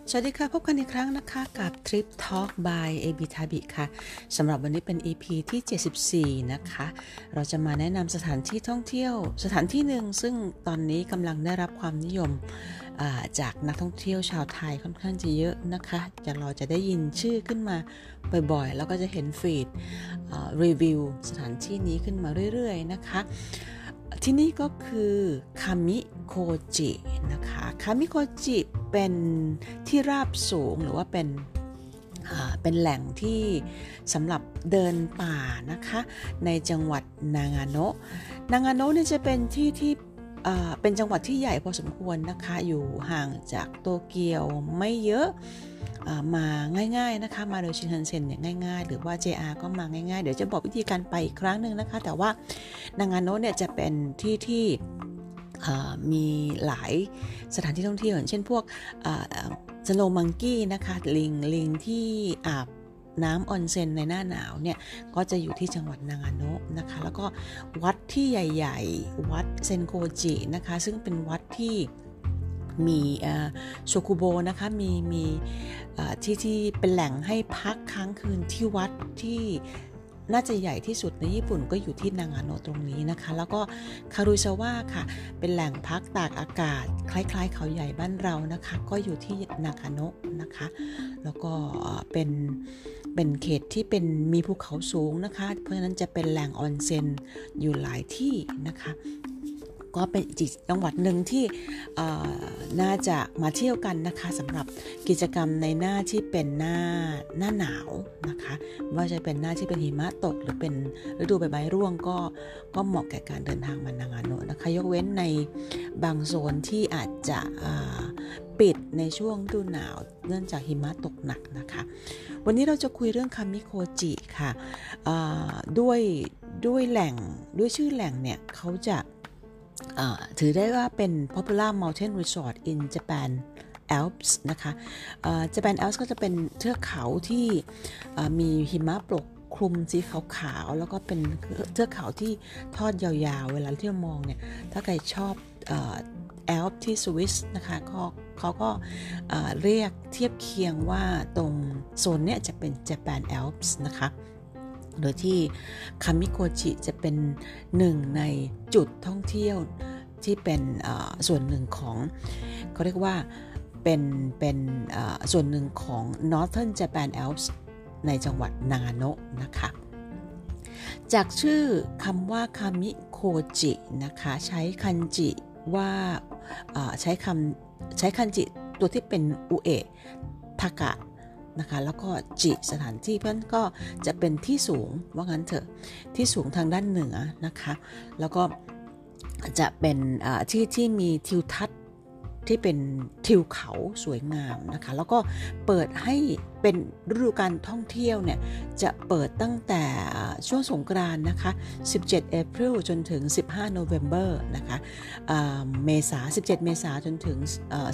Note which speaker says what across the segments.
Speaker 1: สวัสดีค่ะพบกันอีกครั้งนะคะกับ Trip Talk by AB Tabi ค่ะสำหรับวันนี้เป็น EP ที่ 74นะคะเราจะมาแนะนำสถานที่ท่องเที่ยวสถานที่หนึ่งซึ่งตอนนี้กำลังได้รับความนิยมจากนักท่องเที่ยวชาวไทยค่อนข้างจะเยอะนะคะเราจะได้ยินชื่อขึ้นมาบ่อยๆแล้วก็จะเห็นฟีดรีวิวสถานที่นี้ขึ้นมาเรื่อยๆนะคะที่นี่ก็คือคามิโคจินะคะคามิโคจิเป็นที่ราบสูงหรือว่าเป็นแหล่งที่สำหรับเดินป่านะคะในจังหวัดนางาโนะเนี่ยจะเป็นที่เป็นจังหวัดที่ใหญ่พอสมควรนะคะอยู่ห่างจากโตเกียวไม่เยอะมาง่ายๆนะคะมาโดยชินคันเซ็นเนี่ยง่ายๆหรือว่า JR ก็มาง่ายๆเดี๋ยวจะบอกวิธีการไปอีกครั้งหนึ่งนะคะแต่ว่านางาโนะเนี่ยจะเป็นที่มีหลายสถานที่ท่องเที่ยวอย่างเช่นพวกสโนว์มังกี้นะคะลิงที่อาบน้ำออนเซ็นในหน้าหนาวเนี่ยก็จะอยู่ที่จังหวัดนางาโนะนะคะแล้วก็วัดที่ใหญ่ๆวัดเซนโกจินะคะซึ่งเป็นวัดที่มีโชคุโบนะคะมีที่เป็นแหล่งให้พักค้างคืนที่วัดที่น่าจะใหญ่ที่สุดในญี่ปุ่นก็อยู่ที่นางาโนะตรงนี้นะคะแล้วก็คารุซาวะค่ะเป็นแหล่งพักตากอากาศคล้ายๆเขาใหญ่บ้านเรานะคะก็อยู่ที่นางาโนะนะคะแล้วก็เป็นเขตที่เป็นมีภูเขาสูงนะคะเพราะฉะนั้นจะเป็นแหล่งออนเซ็นอยู่หลายที่นะคะก็เป็นอีกจังหวัดหนึ่งที่น่าจะมาเที่ยวกันนะคะสำหรับกิจกรรมในหน้าที่เป็นหน้าหนาวนะคะว่าจะเป็นหน้าที่เป็นหิมะตกหรือเป็นฤดูใบไม้ร่วงก็เหมาะแก่การเดินทางมานางาโนะนะคะยกเว้นในบางโซนที่อาจจะปิดในช่วงฤดูหนาวเนื่องจากหิมะตกหนักนะคะวันนี้เราจะคุยเรื่องคามิโคจิค่ะด้วยแหล่งด้วยชื่อแหล่งเนี่ยเขาจะถือได้ว่าเป็น popular mountain resort in Japan Alps นะคะ Japan Alps ก็จะเป็นเทือกเขาที่มีหิมะปกคลุมสีขาวๆแล้วก็เป็นเทือกเขาที่ทอดยาวๆเวลาที่เรามองเนี่ยถ้าใครชอบแอลป์ที่สวิสนะคะเขาก็เรียกเทียบเคียงว่าตรงโซนเนี้ยจะเป็น Japan Alps นะคะโดยที่คามิโคจิจะเป็นหนึ่งในจุดท่องเที่ยวที่เป็นส่วนหนึ่งของเขาเรียกว่าเป็นส่วนหนึ่งของ Northern Japan Alps ในจังหวัดนางาโนะนะคะจากชื่อคำว่าคามิโคจินะคะใช้คันจิว่าใช้คันจิตัวที่เป็นอุเอะทากะนะคะแล้วก็จิสถานที่เพื่อนก็จะเป็นที่สูงว่างั้นเถอะที่สูงทางด้านเหนือนะคะแล้วก็จะเป็นที่มีทิวทัศน์ที่เป็นทิวเขาสวยงามนะคะแล้วก็เปิดให้เป็นฤดูการท่องเที่ยวเนี่ยจะเปิดตั้งแต่ช่วงสงกรานต์นะคะ17 April จนถึง15 November นะคะ17 เมษาจนถึง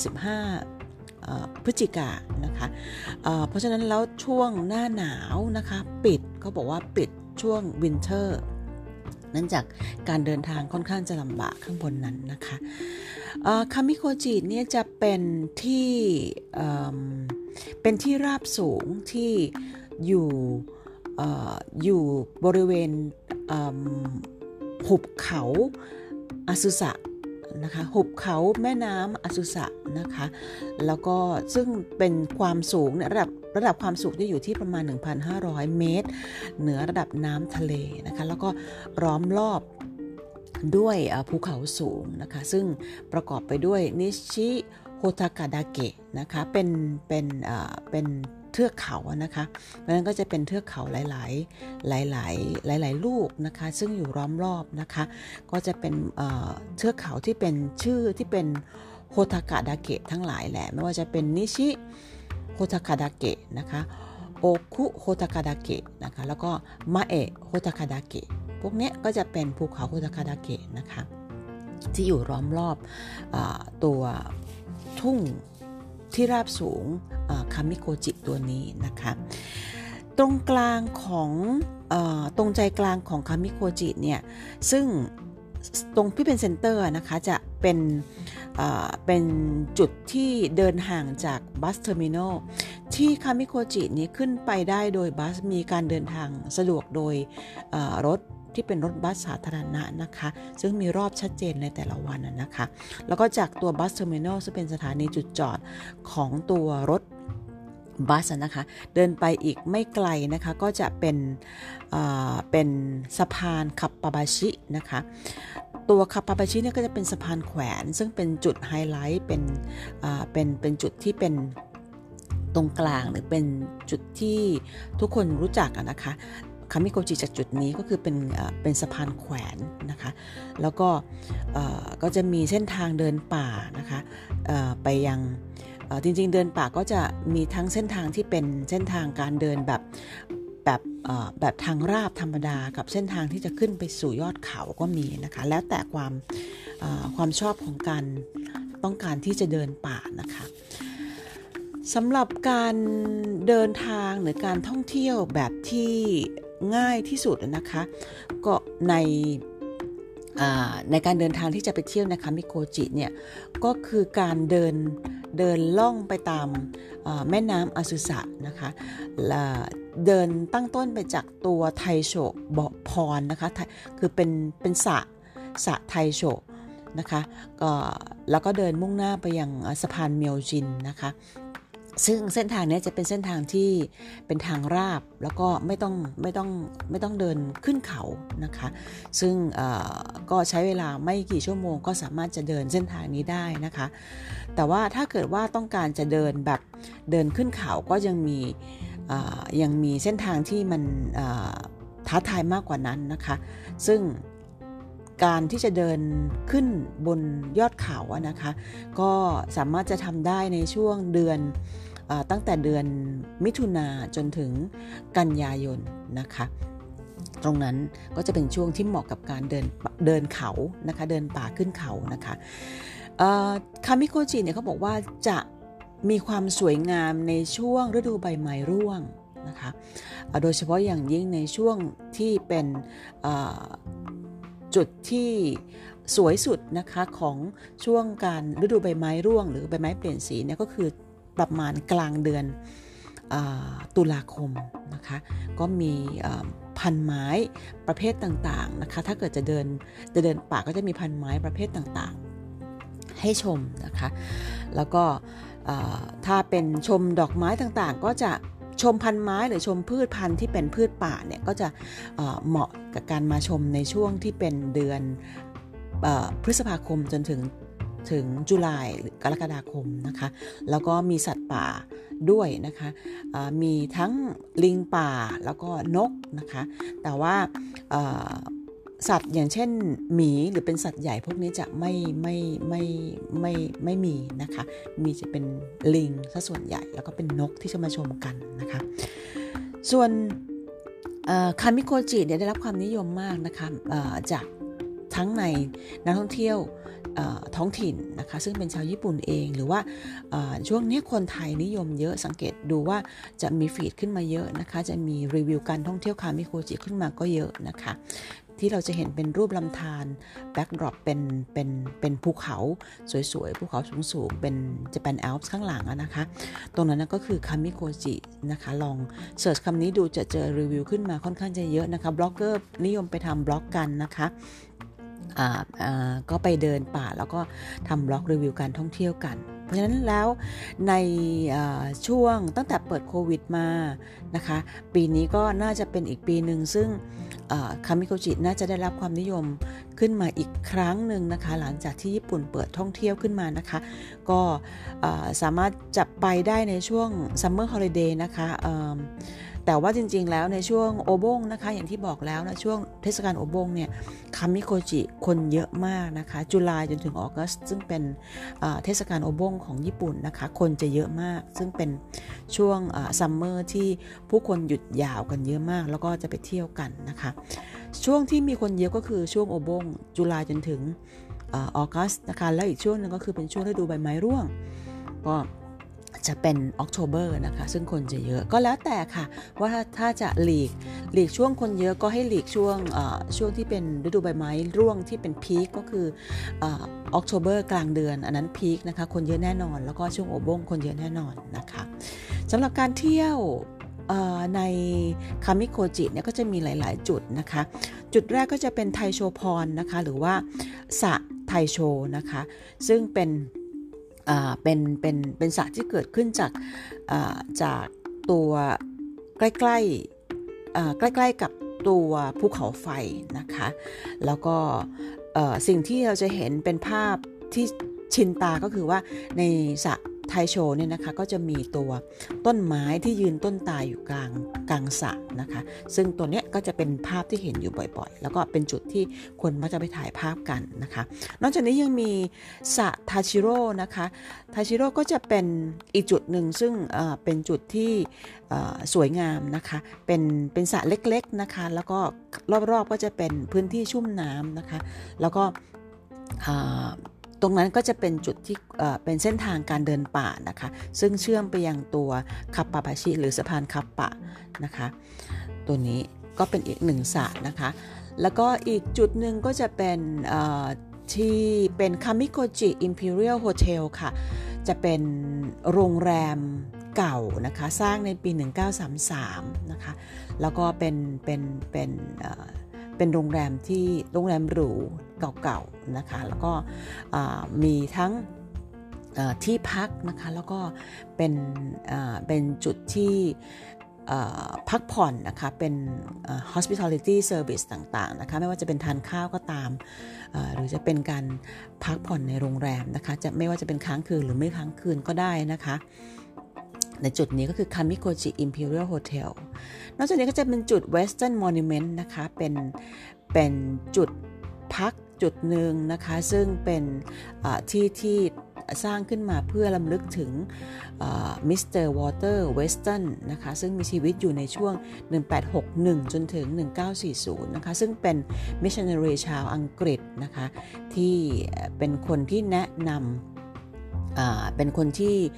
Speaker 1: 15พฤศจิกายนนะคะเพราะฉะนั้นแล้วช่วงหน้าหนาวนะคะปิดเขาบอกว่าปิดช่วงวินเทอร์เนื่องจากการเดินทางค่อนข้างจะลำบากข้างบนนั้นนะคะคามิโคจิเนี่ยจะเป็นที่ราบสูงที่อยู่บริเวณหุบเขาอาซึสะนะคะหุบเขาแม่น้ำอาซึสะนะคะแล้วก็ซึ่งเป็นความสูงเนี่ยระดับความสูงที่อยู่ที่ประมาณ 1,500 เมตรเหนือระดับน้ำทะเลนะคะแล้วก็ล้อมรอบด้วยภูเขาสูงนะคะซึ่งประกอบไปด้วยนิชิโฮทากะดาเกะนะคะเป็นเทือกเขานะคะเพราะฉะนั้นก็จะเป็นเทือกเขาหลายลูกนะคะซึ่งอยู่ล้อมรอบนะคะก็จะเป็นเทือกเขาที่เป็นชื่อที่เป็นโฮทากะดาเกะทั้งหลายแหละไม่ว่าจะเป็นนิชิโฮทากะดาเกะนะคะโอคุโฮทากะดาเกะนะคะแล้วก็มาเอะโฮทากะดาเกะพวกนี้ก็จะเป็นภูเขาโฮทากะดาเกะนะคะที่อยู่ล้อมรอบตัวทุ่งที่ราบสูงคามิโคจิตัวนี้นะคะตรงกลางของตรงใจกลางของคามิโคจิเนี่ยซึ่งตรงที่เป็นเซ็นเตอร์นะคะจะเป็นเป็นจุดที่เดินห่างจากบัสเทอร์มินอลที่คามิโคจินี้ขึ้นไปได้โดยบัสมีการเดินทางสะดวกโดยรถที่เป็นรถบัสสาธารณะนะคะซึ่งมีรอบชัดเจนในแต่ละวันนะคะแล้วก็จากตัวบัสเทอร์มินอลซึ่งเป็นสถานีจุดจอดของตัวรถบัสนะคะเดินไปอีกไม่ไกลนะคะก็จะเป็นสะพานคัปปาบาชินะคะตัวคัปปาบาชิเนี่ยก็จะเป็นสะพานแขวนซึ่งเป็นจุดไฮไลท์เป็นจุดที่เป็นตรงกลางหรือเป็นจุดที่ทุกคนรู้จักนะคะคามิโกจิจากจุดนี้ก็คือเป็นสะพานแขวนนะคะแล้วก็จะมีเส้นทางเดินป่านะคะไปยังจริงๆเดินป่าก็จะมีทั้งเส้นทางที่เป็นเส้นทางการเดินแบบทางราบธรรมดากับเส้นทางที่จะขึ้นไปสู่ยอดเขาก็มีนะคะแล้วแต่ความชอบของการต้องการที่จะเดินป่านะคะสำหรับการเดินทางหรือการท่องเที่ยวแบบที่ง่ายที่สุดนะคะก็ในการเดินทางที่จะไปเที่ยวในคามิโกจิเนี่ยก็คือการเดินล่องไปตามแม่น้ำอาซุสะนะคะเดินตั้งต้นไปจากตัวไทโชะพรนะคะคือเป็นสระไทโชะนะคะแล้วก็เดินมุ่งหน้าไปยังสะพานเมียวจินนะคะซึ่งเส้นทางนี้จะเป็นเส้นทางที่เป็นทางราบแล้วก็ไม่ต้องเดินขึ้นเขานะคะซึ่งก็ใช้เวลาไม่กี่ชั่วโมงก็สามารถจะเดินเส้นทางนี้ได้นะคะแต่ว่าถ้าเกิดว่าต้องการจะเดินแบบเดินขึ้นเขาก็ยังมีเส้นทางที่มันท้าทายมากกว่านั้นนะคะซึ่งการที่จะเดินขึ้นบนยอดเขาอะนะคะก็สามารถจะทำได้ในช่วงเดือนตั้งแต่เดือนมิถุนาจนถึงกันยายนนะคะตรงนั้นก็จะเป็นช่วงที่เหมาะกับการเดินเขานะคะเดินป่าขึ้นเขานะคะคามิโกจิเนี่ยเขาบอกว่าจะมีความสวยงามในช่วงฤดูใบไม้ร่วงนะคะโดยเฉพาะอย่างยิ่งในช่วงที่เป็นจุดที่สวยสุดนะคะของช่วงการฤดูใบไม้ร่วงหรือใบไม้เปลี่ยนสีเนี่ยก็คือประมาณกลางเดือนตุลาคมนะคะก็มีพันไม้ประเภทต่างๆนะคะถ้าเกิดจะเดินป่าก็จะมีพันไม้ประเภทต่างๆให้ชมนะคะแล้วก็ถ้าเป็นชมดอกไม้ต่างๆก็จะชมพันไม้หรือชมพืชพันธุ์ที่เป็นพืชป่าเนี่ยก็จะเหมาะกับการมาชมในช่วงที่เป็นเดือนพฤษภาคมจนถึงตุลาหรือกรกฎาคมนะคะแล้วก็มีสัตว์ป่าด้วยนะคะมีทั้งลิงป่าแล้วก็นกนะคะแต่ว่าสัตว์อย่างเช่นหมีหรือเป็นสัตว์ใหญ่พวกนี้จะไม่มีนะคะมีจะเป็นลิงซะส่วนใหญ่แล้วก็เป็นนกที่จะมาชมกันนะคะส่วนคามิโกจิเนี่ยได้รับความนิยมมากนะคะจากทั้งในนักท่องเที่ยวท้องถิ่นนะคะซึ่งเป็นชาวญี่ปุ่นเองหรือว่าช่วงนี้คนไทยนิยมเยอะสังเกตดูว่าจะมีฟีดขึ้นมาเยอะนะคะจะมีรีวิวการท่องเที่ยวคามิโกจิขึ้นมาก็เยอะนะคะที่เราจะเห็นเป็นรูปลำธารแบ็กดรอปเป็นภูเขาสวยๆภูเขาสูงๆจะเป็นแอลป์ข้างหลังนะคะตรงนั้นก็คือคามิโกจินะคะลองเสิร์ชคำนี้ดูจะเจอรีวิวขึ้นมาค่อนข้างจะเยอะนะคะบล็อกเกอร์นิยมไปทำบล็อกกันนะคะก็ไปเดินป่าแล้วก็ทำบล็อกรีวิวการท่องเที่ยวกันเพราะฉะนั้นแล้วในช่วงตั้งแต่เปิดโควิดมานะคะปีนี้ก็น่าจะเป็นอีกปีหนึ่งซึ่งคามิโกจิน่าจะได้รับความนิยมขึ้นมาอีกครั้งหนึ่งนะคะหลังจากที่ญี่ปุ่นเปิดท่องเที่ยวขึ้นมานะคะก็สามารถจับไปได้ในช่วงซัมเมอร์ฮอลิเดย์นะคะแต่ว่าจริงๆแล้วในช่วงโอบงนะคะอย่างที่บอกแล้วนะช่วงเทศกาลโอบงเนี่ยคามิโกจิคนเยอะมากนะคะตุลาจนถึงออกัสซึ่งเป็นเทศกาลโอบงของญี่ปุ่นนะคะคนจะเยอะมากซึ่งเป็นช่วงซัมเมอร์ที่ผู้คนหยุดยาวกันเยอะมากแล้วก็จะไปเที่ยวกันนะคะช่วงที่มีคนเยอะก็คือช่วงโอบงตุลาจนถึงออกัสนะคะแล้วอีกช่วงนึงก็คือเป็นช่วงฤดูใบไม้ร่วงก็จะเป็น October นะคะซึ่งคนจะเยอะก็แล้วแต่ค่ะว่าถ้าจะหลีกช่วงคนเยอะก็ให้หลีกช่วงที่เป็นฤดูใบไม้ร่วงที่เป็นพีคก็คือOctober กลางเดือนอันนั้นพีคนะคะคนเยอะแน่นอนแล้วก็ช่วงโอบงคนเยอะแน่นอนนะคะสำหรับการเที่ยวในคามิโคจิเนี่ยก็จะมีหลายๆจุดนะคะจุดแรกก็จะเป็นไทโชพรนะคะหรือว่าสระไทโชนะคะซึ่งเป็นสระที่เกิดขึ้นจากตัวใกล้ๆกับตัวภูเขาไฟนะคะแล้วก็สิ่งที่เราจะเห็นเป็นภาพที่ชินตาก็คือว่าในสระไทโชเนี่ยนะคะก็จะมีตัวต้นไม้ที่ยืนต้นตายอยู่กลางสระนะคะซึ่งตัวเนี้ยก็จะเป็นภาพที่เห็นอยู่บ่อยๆแล้วก็เป็นจุดที่คนมักจะไปถ่ายภาพกันนะคะนอกจากนี้ยังมีสระทาชิโร่นะคะทาชิโร่ก็จะเป็นอีกจุดหนึ่งซึ่งเป็นจุดที่สวยงามนะคะเป็นสระเล็กๆนะคะแล้วก็รอบๆก็จะเป็นพื้นที่ชุ่มน้ำนะคะแล้วก็ตรงนั้นก็จะเป็นจุดที่เป็นเส้นทางการเดินป่านะคะซึ่งเชื่อมไปยังตัวคัปปาบาชิหรือสะพานคัปปะนะคะตัวนี้ก็เป็นอีกหนึ่งสระนะคะแล้วก็อีกจุดหนึ่งก็จะเป็นที่เป็นคามิโกจิอิมพีเรียลโฮเทลค่ะจะเป็นโรงแรมเก่านะคะสร้างในปี1933นะคะแล้วก็เป็นโรงแรมหรูเก่าๆนะคะแล้วก็มีทั้งที่พักนะคะแล้วก็เป็นจุดที่พักผ่อนนะคะเป็น hospitality service ต่างๆนะคะไม่ว่าจะเป็นทานข้าวก็ตามหรือจะเป็นการพักผ่อนในโรงแรมนะคะจะไม่ว่าจะเป็นค้างคืนหรือไม่ค้างคืนก็ได้นะคะในจุดนี้ก็คือ Kamikoji Imperial Hotel นอกจากนี้ก็จะเป็นจุด Western Monument นะคะเป็นจุดพักจุดหนึ่งนะคะซึ่งเป็นที่สร้างขึ้นมาเพื่อรำลึกถึงมิสเตอร์วอเตอร์เวสตันนะคะซึ่งมีชีวิตอยู่ในช่วง1861จนถึง1940นะคะซึ่งเป็นมิชชันนารีชาวอังกฤษนะคะที่เป็นคนที่แนะนำเป็นคน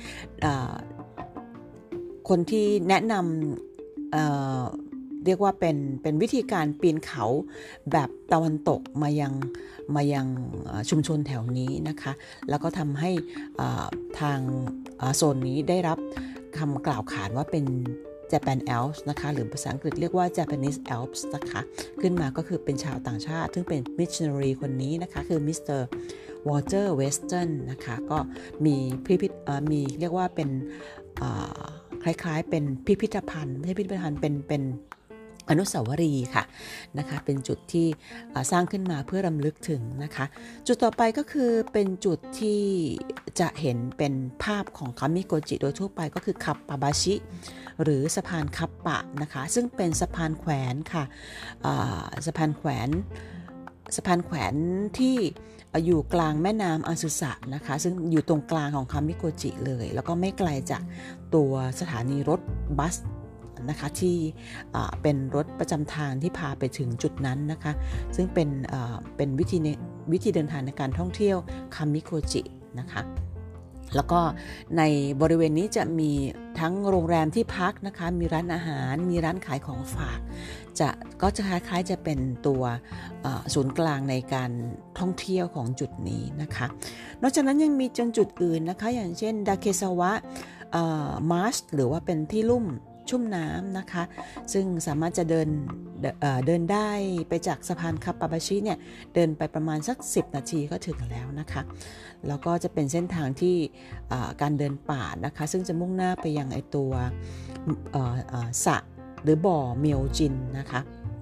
Speaker 1: ที่แนะนำเรียกว่าเป็นวิธีการปีนเขาแบบตะวันตกมายังชุมชนแถวนี้นะคะแล้วก็ทำให้ทางโซนนี้ได้รับคำกล่าวขานว่าเป็น Japan Alps นะคะหรือภาษาอังกฤษเรียกว่า Japanese Alps นะคะขึ้นมาก็คือเป็นชาวต่างชาติซึ่งเป็น missionary คนนี้นะคะคือมิสเตอร์วอเตอร์เวสตันนะคะก็มีเรียกว่าเป็นคล้ายๆเป็นพิพิธภัณฑ์ไม่ใช่พิพิธภัณฑ์เป็นอนุสาวรีย์ค่ะนะคะเป็นจุดที่สร้างขึ้นมาเพื่อรำลึกถึงนะคะจุดต่อไปก็คือเป็นจุดที่จะเห็นเป็นภาพของคามิโกจิโดยทั่วไปก็คือคัปปาบาชิหรือสะพานคัปปะนะคะซึ่งเป็นสะพานแขวนค่ะสะพานแขวนที่อยู่กลางแม่น้ำอาซุสะนะคะซึ่งอยู่ตรงกลางของคามิโกจิเลยแล้วก็ไม่ไกลจากตัวสถานีรถบัสนะคะที่เป็นรถประจำทางที่พาไปถึงจุดนั้นนะคะซึ่งเป็นวิธีเดินทางในการท่องเที่ยวคามิโกจินะคะแล้วก็ในบริเวณนี้จะมีทั้งโรงแรมที่พักนะคะมีร้านอาหารมีร้านขายของฝากก็จะคล้ายๆจะเป็นตัวศูนย์กลางในการท่องเที่ยวของจุดนี้นะคะนอกจากนั้นยังมีจุดอื่นนะคะอย่างเช่นดาเคซาวะมาร์ชหรือว่าเป็นที่ลุ่มชุ่มน้ำนะคะซึ่งสามารถจะเดินได้ไปจากสะพานคัปปาบาชิเนี่ยเดินไปประมาณสัก10นาทีก็ถึงแล้วนะคะแล้วก็จะเป็นเส้นทางที่การเดินป่านะคะซึ่งจะมุ่งหน้าไปยังไอตัวสระหรือบ่อเมียวจินนะคะ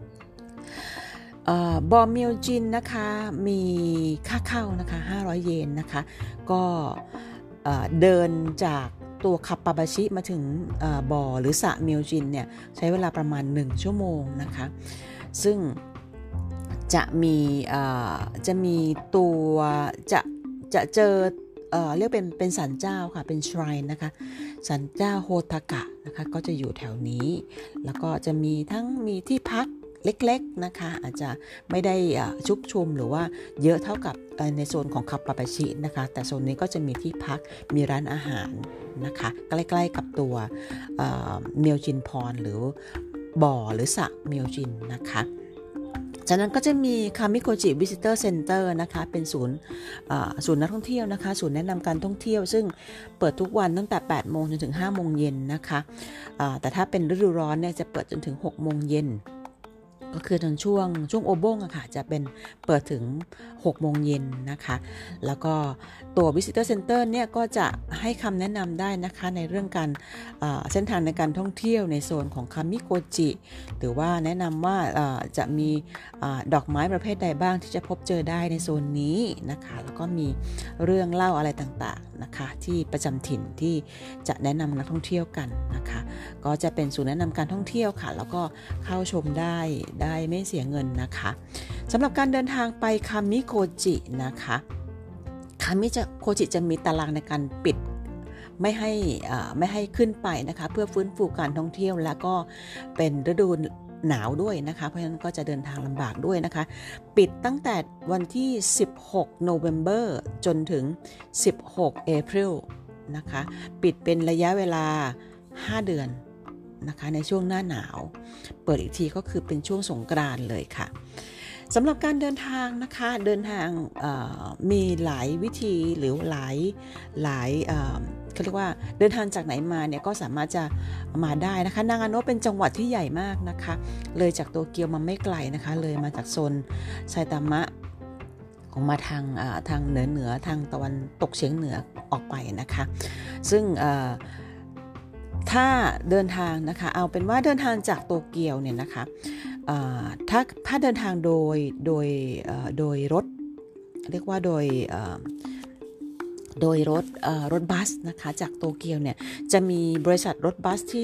Speaker 1: บ่อเมียวจินนะคะมีค่าเข้านะคะ500 เยนนะคะก็เดินจากตัวคัปปาบาชิมาถึงบ่อหรือสระเมียวจินเนี่ยใช้เวลาประมาณ1ชั่วโมงนะคะซึ่งจะมีตัวจะเจอเรียกเป็นศาลเจ้าค่ะเป็น shrine นะคะศาลเจ้าโฮทากะนะคะก็จะอยู่แถวนี้แล้วก็จะมีที่พักเล็กๆนะคะอาจจะไม่ได้ชุกชุมหรือว่าเยอะเท่ากับในโซนของคาปาปาชินะคะแต่โซนนี้ก็จะมีที่พักมีร้านอาหารนะคะใกล้ๆกับตัวเมียวจินพรหรือบ่อหรือสระเมียวจินนะคะจากนั้นก็จะมีคามิโกจิวิสิเตอร์เซ็นเตอร์นะคะเป็นศูนย์นักท่องเที่ยวนะคะศูนย์แนะนำการท่องเที่ยวซึ่งเปิดทุกวันตั้งแต่ 8 โมงจนถึง 5 โมงเย็นนะคะแต่ถ้าเป็นฤดูร้อนเนี่ยจะเปิดจนถึง 6 โมงเย็นก็คือตอนช่วงโอโบงอะค่ะจะเป็นเปิดถึง 6 โมงเย็นนะคะแล้วก็ตัว Visitor Center เนี่ยก็จะให้คำแนะนำได้นะคะในเรื่องการเส้นทางในการท่องเที่ยวในโซนของคามิโกจิหรือว่าแนะนำว่าจะมีดอกไม้ประเภทใดบ้างที่จะพบเจอได้ในโซนนี้นะคะแล้วก็มีเรื่องเล่าอะไรต่างๆนะคะที่ประจำถิ่นที่จะแนะนำนักท่องเที่ยวกันนะคะก็จะเป็นศูนย์แนะนำการท่องเที่ยวค่ะแล้วก็เข้าชมได้ไม่เสียเงินนะคะสำหรับการเดินทางไปคามิโกจินะคะคามิโกจิจะมีตารางในการปิดไม่ให้ขึ้นไปนะคะเพื่อฟื้นฟูการท่องเที่ยวแล้วก็เป็นฤดูหนาวด้วยนะคะเพราะฉะนั้นก็จะเดินทางลำบากด้วยนะคะปิดตั้งแต่วันที่16 November จนถึง16 April นะคะปิดเป็นระยะเวลา5 เดือนนะคะในช่วงหน้าหนาวเปิดอีกทีก็คือเป็นช่วงสงกรานต์เลยค่ะสำหรับการเดินทางนะคะเดินทางมีหลายวิธีหรือหลายเขาเรียกว่าเดินทางจากไหนมาเนี่ยก็สามารถจะมาได้นะคะนางาโนะเป็นจังหวัดที่ใหญ่มากนะคะเลยจากโตเกียวมาไม่ไกลนะคะเลยมาจากโซนไซตามะของมาทางเหนือทางตะวันตกเฉียงเหนือออกไปนะคะซึ่งถ้าเดินทางนะคะเอาเป็นว่าเดินทางจากโตเกียวเนี่ยนะคะถ้าเดินทางโดยรถเรียกว่าโดยรถบัสนะคะจากโตเกียวเนี่ยจะมีบริษัทรถบัสที่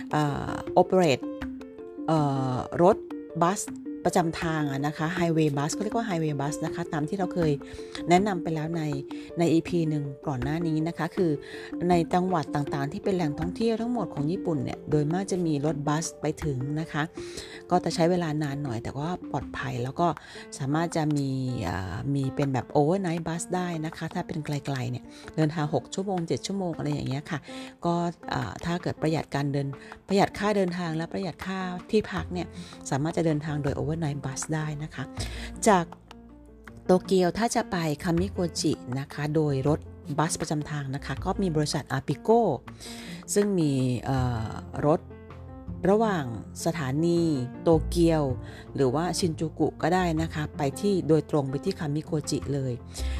Speaker 1: operate รถบัสประจำทางนะคะไฮเวย์บัสเขาเรียกว่าไฮเวย์บัสนะคะตามที่เราเคยแนะนำไปแล้วใน EP หนึ่งก่อนหน้านี้นะคะคือในจังหวัดต่างๆที่เป็นแหล่งท่องเที่ยวทั้งหมดของญี่ปุ่นเนี่ยโดยมากจะมีรถบัสไปถึงนะคะก็จะใช้เวลานานหน่อยแต่ว่าปลอดภัยแล้วก็สามารถจะมีเป็นแบบโอเวอร์ไนท์บัสได้นะคะถ้าเป็นไกลๆเนี่ยเดินทาง6 ชั่วโมง 7 ชั่วโมงอะไรอย่างเงี้ยค่ะก็ถ้าเกิดประหยัดค่าเดินทางและประหยัดค่าที่พักเนี่ยสามารถจะเดินทางโดยโอเวอร์ไนท์บัสได้นะคะจากโตเกียวถ้าจะไปคามิโกจินะคะโดยรถบัสประจำทางนะคะก็มีบริษัทอาปิโกซึ่งมีรถระหว่างสถานีโตเกียวหรือว่าชินจูกุก็ได้นะคะไปที่โดยตรงไปที่คามิโกจิเลย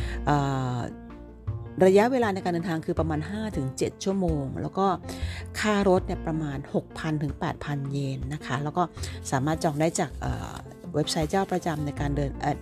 Speaker 1: ระยะเวลาในการเดินทางคือประมาณ 5-7 ชั่วโมงแล้วก็ค่ารถเนี่ยประมาณ 6,000 ถึง 8,000 เยนนะคะแล้วก็สามารถจองได้จากเว็บไซต์เจ้าประจำในการ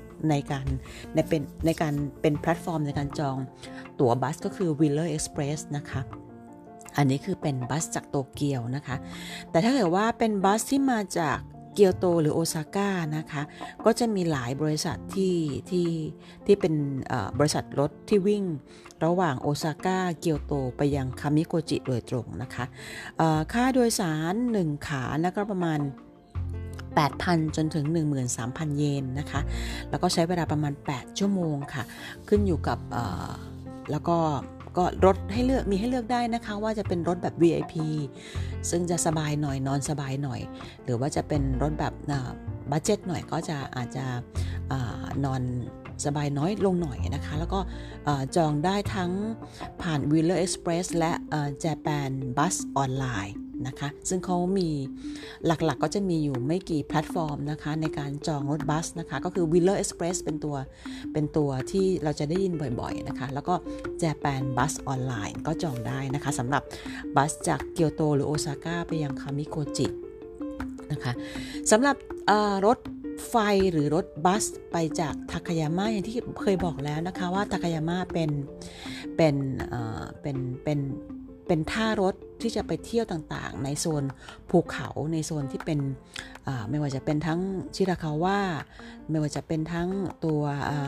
Speaker 1: เป็นแพลตฟอร์มในการจองตั๋วบัสก็คือ Wheeler Express นะคะอันนี้คือเป็นบัสจากโตเกียวนะคะแต่ถ้าเกิดว่าเป็นบัสที่มาจากเกียวโตหรือโอซาก้านะคะก็จะมีหลายบริษัทที่เป็นบริษัทรถที่วิ่งระหว่างโอซาก้าเกียวโตไปยังคามิโกจิโดยตรงนะคะค่าโดยสาร1ขานะก็ประมาณ 8,000 จนถึง 13,000 เยนนะคะแล้วก็ใช้เวลาประมาณ8 ชั่วโมงค่ะขึ้นอยู่กับแล้วก็รถให้เลือกมีให้เลือกได้นะคะว่าจะเป็นรถแบบ VIP ซึ่งจะสบายหน่อยนอนสบายหน่อยหรือว่าจะเป็นรถแบบบัดเจ็ตหน่อยก็จะอาจจะนอนสบายน้อยลงหน่อยนะคะแล้วก็จองได้ทั้งผ่าน Wheeler Express และJapan Bus ออนไลน์นะคะซึ่งเขามีหลักๆก็จะมีอยู่ไม่กี่แพลตฟอร์มนะคะในการจองรถบัสนะคะก็คือ Wheeler Express เป็นตัวที่เราจะได้ยินบ่อยๆนะคะแล้วก็ Japan Bus ออนไลน์ก็จองได้นะคะสำหรับบัสจากเกียวโตหรือโอซาก้าไปยังคามิโกจินะคะสำหรับรถไฟหรือรถบัสไปจากทาคายาม่าอย่างที่เคยบอกแล้วนะคะว่าทาคายาม่าเป็นท่ารถที่จะไปเที่ยวต่างๆในโซนภูเขาในโซนที่เป็นไม่ว่าจะเป็นทั้งชิราคาวะไม่ว่าจะเป็นทั้งตัว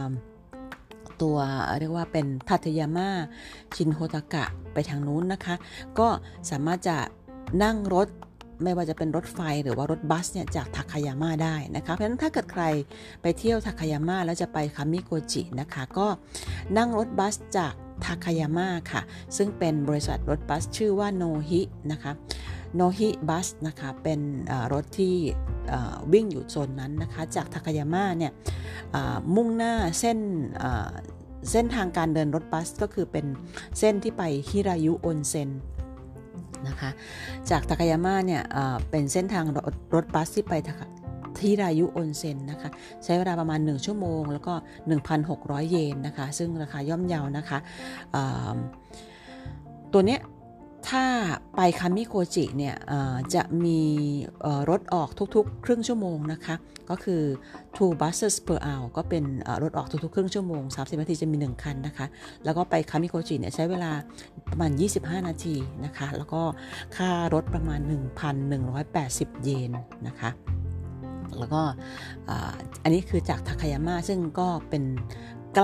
Speaker 1: เรียกว่าเป็นทาทายาม่าชินโฮตากะไปทางนู้นนะคะก็สามารถจะนั่งรถไม่ว่าจะเป็นรถไฟหรือว่ารถบัสเนี่ยจากทาคายาม่าได้นะคะเพราะฉะนั้นถ้าเกิดใครไปเที่ยวทาคายาม่าแล้วจะไปคามิโกจินะคะก็นั่งรถบัสจากทาคายาม่าค่ะซึ่งเป็นบริษัทรถบัสชื่อว่าโนฮินะคะโนฮิบัสนะคะเป็นรถที่วิ่งอยู่โซนนั้นนะคะจากทาคายาม่าเนี่ยมุ่งหน้าเส้นทางการเดินรถบัสก็คือเป็นเส้นที่ไปฮิรายุออนเซ็นนะคะจากทาคายาม่าเนี่ยเป็นเส้นทางรถบัสที่ไปฮิรายุออนเซ็นนะคะใช้เวลาประมาณ1ชั่วโมงแล้วก็ 1,600 เยนนะคะซึ่งราคาย่อมเยานะคะตัวเนี้ยถ้าไปคามิโกจิเนี่ยจะมีรถออกทุกๆครึ่งชั่วโมงนะคะก็คือ two buses per hour ก็เป็นรถออกทุกๆครึ่งชั่วโมง30นาทีจะมี1คันนะคะแล้วก็ไปคามิโกจิเนี่ยใช้เวลาประมาณ25นาทีนะคะแล้วก็ค่ารถประมาณ 1,180 เยนนะคะแล้วก็อันนี้คือจากทาคายาม่าซึ่งก็เป็นใก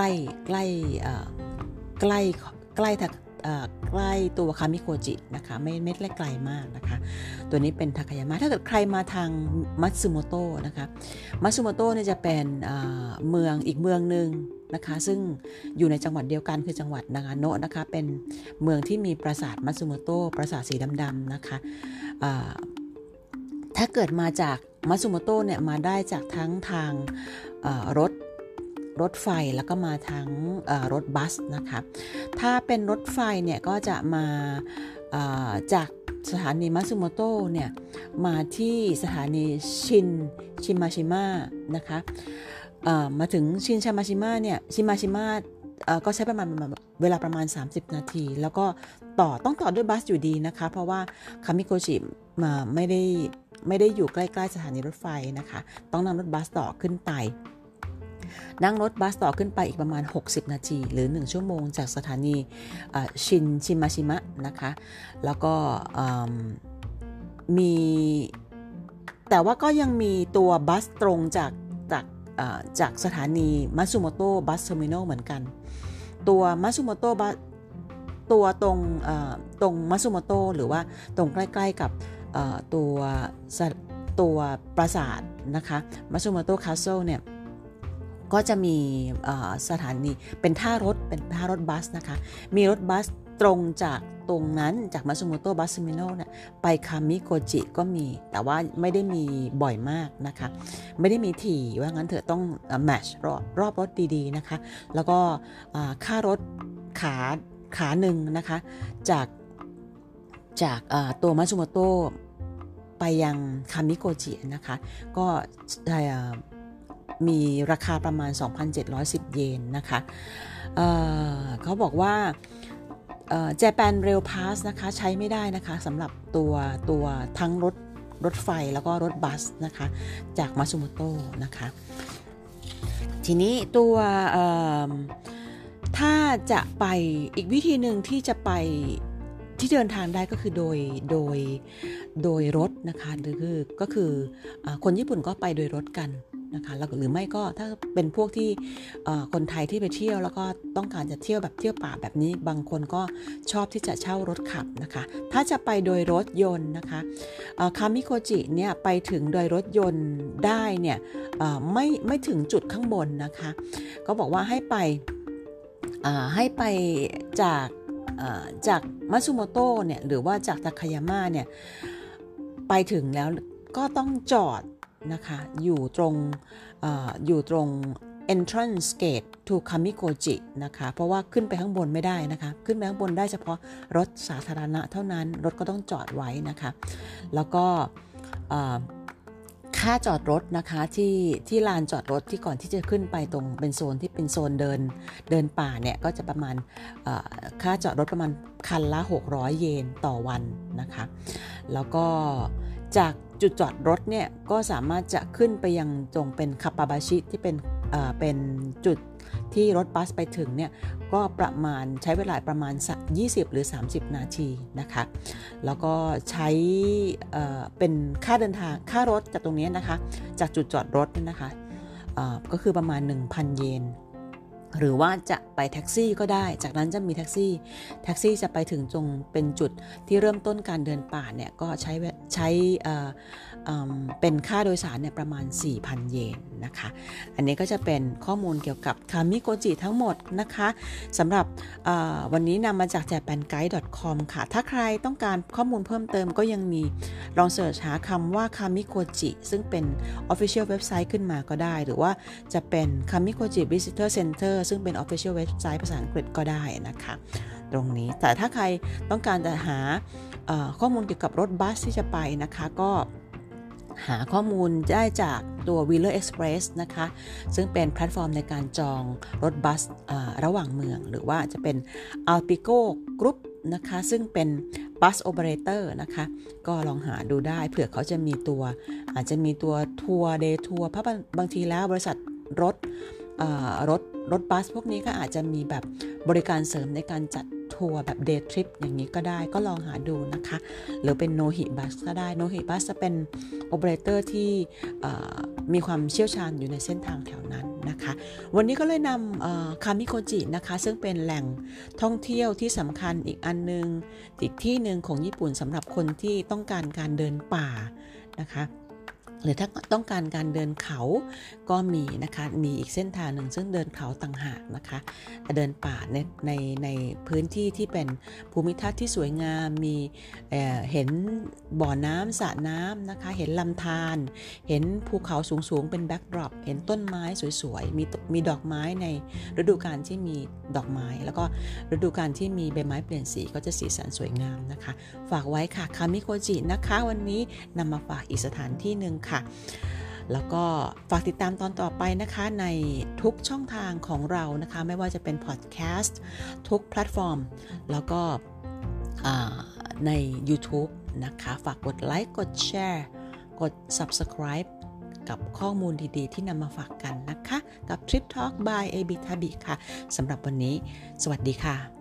Speaker 1: ล้ตัวคามิโกจินะคะไม่ได้ไกลมากนะคะตัวนี้เป็นทาคายาม่าถ้าเกิดใครมาทางมัตสึโมโตะนะคะมัตสึโมโตะเนี่ยจะเป็นเมืองอีกเมืองนึงนะคะซึ่งอยู่ในจังหวัดเดียวกันคือจังหวัดนางาโนะนะคะเป็นเมืองที่มีปราสาทมัตสึโมโตะปราสาทสีดำๆนะคะถ้าเกิดมาจากมัตสึโมโตะเนี่ยมาได้จากทั้งทางรถไฟแล้วก็มาทั้งรถบัสนะคะถ้าเป็นรถไฟเนี่ยก็จะมาจากสถานีมัตสึโมโตะเนี่ยมาที่สถานีชิมาชิมะนะคะมาถึงชิมาชิมะเนี่ยชิมาชิมะก็ใช้ประมาณเวลาประมาณ30นาทีแล้วก็ต้องต่อด้วยบัสอยู่ดีนะคะเพราะว่าคามิโกจิไม่ได้อยู่ใกล้ๆสถานีรถไฟนะคะต้องนั่งรถบัสต่อขึ้นไปนั่งรถบัสต่อขึ้นไปอีกประมาณ60นาทีหรือ1ชั่วโมงจากสถานีชิมาชิมะนะคะแล้วก็มีแต่ว่าก็ยังมีตัวบัสตรงจากสถานีมัตสึโมโตะบัสเทอร์มินอลเหมือนกันตัวมัตสึโมโตะบัสตัวตรงมัตสึโมโตะหรือว่าตรงใกล้ๆกับตัวปราสาทนะคะมัตสึโมโตะคาสเซิลเนี่ยก็จะมีสถานีเป็นท่ารถบัสนะคะมีรถบัสตรงจากตรงนั้นจากมัตสึโมโตะบัสเทอร์มินอลเนี่ยไปคามิโกจิก็มีแต่ว่าไม่ได้มีบ่อยมากนะคะไม่ได้มีถี่ว่างั้นเถอะต้องแมชรอบรถดีๆนะคะแล้วก็ค่ารถขาหนึ่งนะคะจากตัวมัตสึโมโตะไปยังคามิโกจินะคะก็มีราคาประมาณ 2,710 เยนนะคะเขาบอกว่าJapan Rail Pass นะคะใช้ไม่ได้นะคะสำหรับตัวทั้งรถไฟแล้วก็รถบัสนะคะจากมัตสึโมโตะนะคะทีนี้ตัวถ้าจะไปอีกวิธีหนึ่งที่จะไปที่เดินทางได้ก็คือโดยรถนะคะก็คือคนญี่ปุ่นก็ไปโดยรถกันนะคะหรือไม่ก็ถ้าเป็นพวกที่คนไทยที่ไปเที่ยวแล้วก็ต้องการจะเที่ยวแบบเที่ยวป่าแบบนี้บางคนก็ชอบที่จะเช่ารถขับนะคะถ้าจะไปโดยรถยนต์นะคะคามิโกจิเนี่ยไปถึงโดยรถยนต์ได้เนี่ยไม่ถึงจุดข้างบนนะคะก็บอกว่าให้ไปจากมัตสึโมโตะเนี่ยหรือว่าจากทาคายาม่าเนี่ยไปถึงแล้วก็ต้องจอดนะคะอยู่ตรง entrance gate to Kamikoji นะคะเพราะว่าขึ้นไปข้างบนไม่ได้นะคะขึ้นไปข้างบนได้เฉพาะรถสาธารณะเท่านั้นรถก็ต้องจอดไว้นะคะแล้วก็ค่าจอดรถนะคะที่ลานจอดรถที่ก่อนที่จะขึ้นไปตรงเป็นโซนที่เป็นโซนเดินป่าเนี่ยก็จะประมาณค่าจอดรถประมาณคันละ600 เยนต่อวันนะคะแล้วก็จากจุดจอดรถเนี่ยก็สามารถจะขึ้นไปยังตรงเป็นคาปาบาชิที่เป็นจุดที่รถบัสไปถึงเนี่ยก็ประมาณใช้เวลาประมาณ20หรือ30นาทีนะคะแล้วก็ใช้เป็นค่าเดินทางค่ารถจากตรงนี้นะคะจากจุดจอดรถนะคะก็คือประมาณ 1,000 เยนหรือว่าจะไปแท็กซี่ก็ได้จากนั้นจะมีแท็กซี่จะไปถึงตรงเป็นจุดที่เริ่มต้นการเดินป่าเนี่ยก็ใใช้เป็นค่าโดยสารเนี่ยประมาณ 4,000 เยนนะคะอันนี้ก็จะเป็นข้อมูลเกี่ยวกับคามิโกจิทั้งหมดนะคะสำหรับวันนี้นำมาจาก japanguide.com ค่ะถ้าใครต้องการข้อมูลเพิ่มเติมก็ยังมีลองเสิร์ชหาคำว่าคามิโกจิซึ่งเป็น Official Website ขึ้นมาก็ได้หรือว่าจะเป็นคามิโกจิ Visitor Center ซึ่งเป็น Official Website ภาษาอังกฤษก็ได้นะคะตรงนี้แต่ถ้าใครต้องการจะหาข้อมูลเกี่ยวกับรถบัสที่จะไปนะคะก็หาข้อมูลได้จากตัว Wheeler Express นะคะซึ่งเป็นแพลตฟอร์มในการจองรถบัสระหว่างเมืองหรือว่าจะเป็น Alpico Group นะคะซึ่งเป็นบัสโอเปอเรเตอร์นะคะก็ลองหาดูได้เผื่อเขาจะมีตัวอาจจะมีตัวทัวร์เดย์ทัวร์เพราะบางทีแล้วบริษัทรถบัสพวกนี้ก็อาจจะมีแบบบริการเสริมในการจัดทัวร์แบบเดย์ทริปอย่างนี้ก็ได้ก็ลองหาดูนะคะหรือเป็นโนฮิบัสก็ได้โนฮิบัสจะเป็นโอเปอเรเตอร์ที่มีความเชี่ยวชาญอยู่ในเส้นทางแถวนั้นนะคะวันนี้ก็เลยนำคามิโกจินะคะซึ่งเป็นแหล่งท่องเที่ยวที่สำคัญอีกอันนึงอีกที่หนึ่งของญี่ปุ่นสำหรับคนที่ต้องการการเดินป่านะคะหรือถ้าต้องการการเดินเขาก็มีนะคะมีอีกเส้นทางหนึ่งซึ่งเดินเขาต่างหากนะคะเดินป่าในพื้นที่ที่เป็นภูมิทัศน์ที่สวยงามมีเห็นบ่อน้ำสระน้ำนะคะเห็นลำธารเห็นภูเขาสูงๆเป็นแบ็กดรอปเห็นต้นไม้สวยๆมีดอกไม้ในฤดูกาลที่มีดอกไม้แล้วก็ฤดูกาลที่มีใบไม้เปลี่ยนสีก็จะสีสันสวยงามนะคะฝากไว้ค่ะคามิโกจินะคะวันนี้นำมาฝากอีกสถานที่หนึ่งค่ะแล้วก็ฝากติดตามตอนต่อไปนะคะในทุกช่องทางของเรานะคะไม่ว่าจะเป็นพอดแคสต์ทุกแพลตฟอร์มแล้วก็ใน YouTube นะคะฝากกดไลค์กดแชร์กด Subscribe กับข้อมูลดีๆที่นำมาฝากกันนะคะกับ Trip Talk by AB Tabi ค่ะสำหรับวันนี้สวัสดีค่ะ